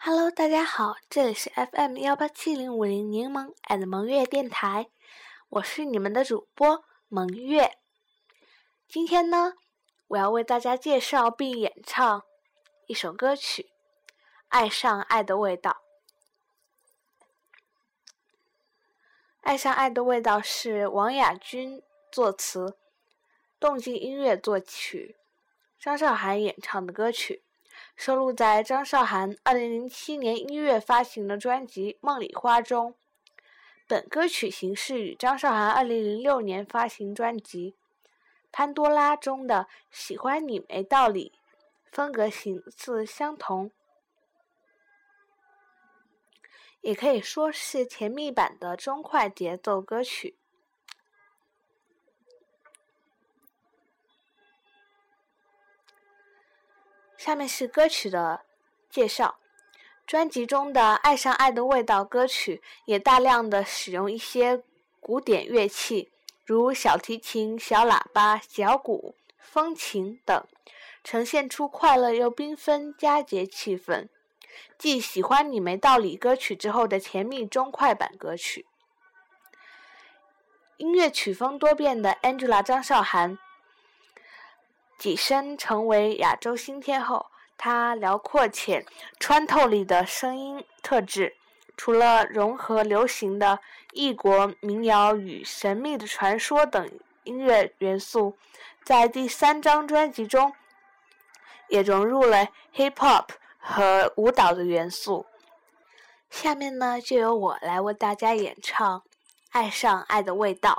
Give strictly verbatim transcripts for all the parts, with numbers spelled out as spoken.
Hello， 大家好，这里是 F M 一八七零五零柠檬 and 萌月电台，我是你们的主播萌月。今天呢，我要为大家介绍并演唱一首歌曲《爱上爱的味道》。爱上爱的味道是王雅君作词，动静音乐作曲，张韶涵演唱的歌曲，收录在张韶涵二零零七年一月发行的专辑《梦里花》中。本歌曲形式与张韶涵二零零六年发行专辑《潘多拉》中的《喜欢你没道理》风格形似相同，也可以说是甜蜜版的中快节奏歌曲。下面是歌曲的介绍。专辑中的《爱上爱的味道》歌曲也大量的使用一些古典乐器，如小提琴、小喇叭、小鼓、风琴等，呈现出快乐又缤纷佳节气氛，继《喜欢你没道理》歌曲之后的甜蜜中快版歌曲。音乐曲风多变的 Angela 张韶涵跻身成为亚洲新天后，她辽阔且穿透力的声音特质，除了融合流行的异国民谣与神秘的传说等音乐元素，在第三张专辑中也融入了 hip hop 和舞蹈的元素。下面呢，就由我来为大家演唱《爱上爱的味道》。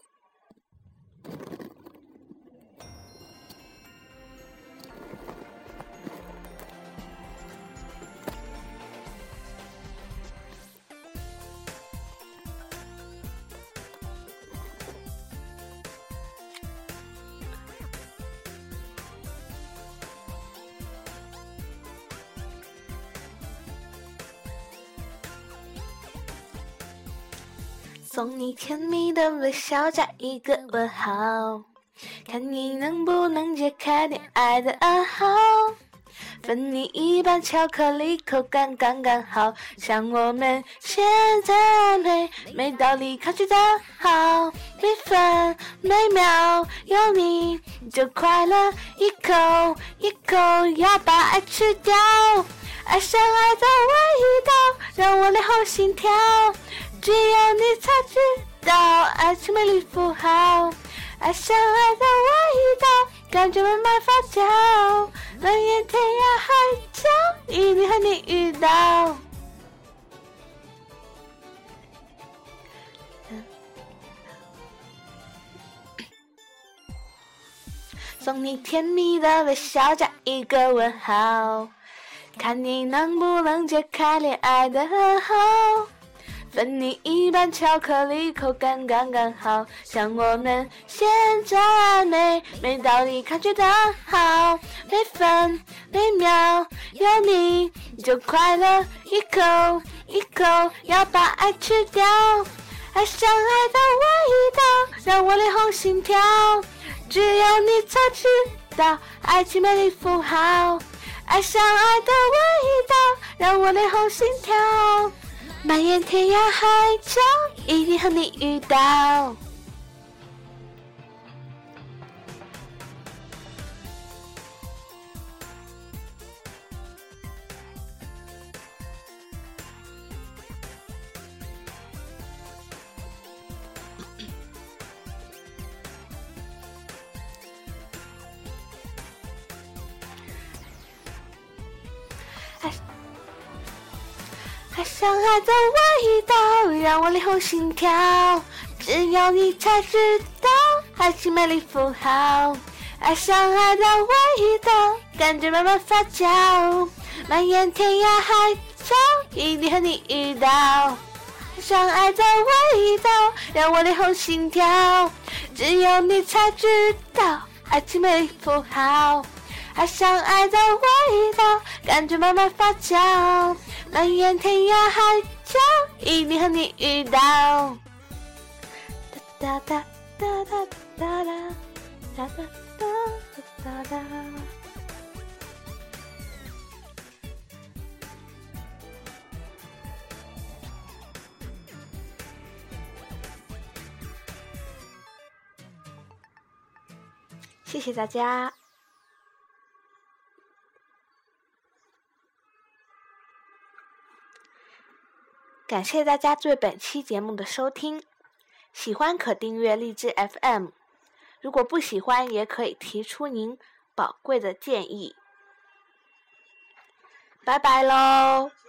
送你甜蜜的微笑加一个问号，看你能不能解开恋爱的暗号，分你一半巧克力，口感刚刚好，像我们现在没没道理考虑的好，每分每秒有你就快乐，一口一口要把爱吃掉，爱上爱的味道让我脸红心跳，只有你才知道爱情美丽符号，爱上爱的味道，感觉慢慢发酵，蔓延天涯海角，一定和你遇到。送你甜蜜的微笑加一个问号，看你能不能解开恋爱的暗号，分你一半巧克力，口感刚刚好，像我们现在没没道理感觉到好，每分每秒有你就快乐，一口一口要把爱吃掉，爱上爱的味道让我脸红心跳，只有你才知道爱情美丽符号，爱上爱的味道让我脸红心跳，蔓延天涯海角，一定和你遇到。爱爱上爱的味道让我脸红心跳，只有你才知道爱情美丽符号，爱上爱的味道，感觉慢慢发酵，蔓延天涯海角，一定和你遇到，爱上爱的味道让我脸红心跳，只有你才知道爱情美丽符号，爱上爱的味道，感觉慢慢发酵，蔓延天涯海角，一定和你遇到。哒哒哒哒哒哒哒哒哒哒哒。 谢谢大家。感谢大家对本期节目的收听，喜欢可订阅荔枝 F M， 如果不喜欢也可以提出您宝贵的建议。拜拜喽。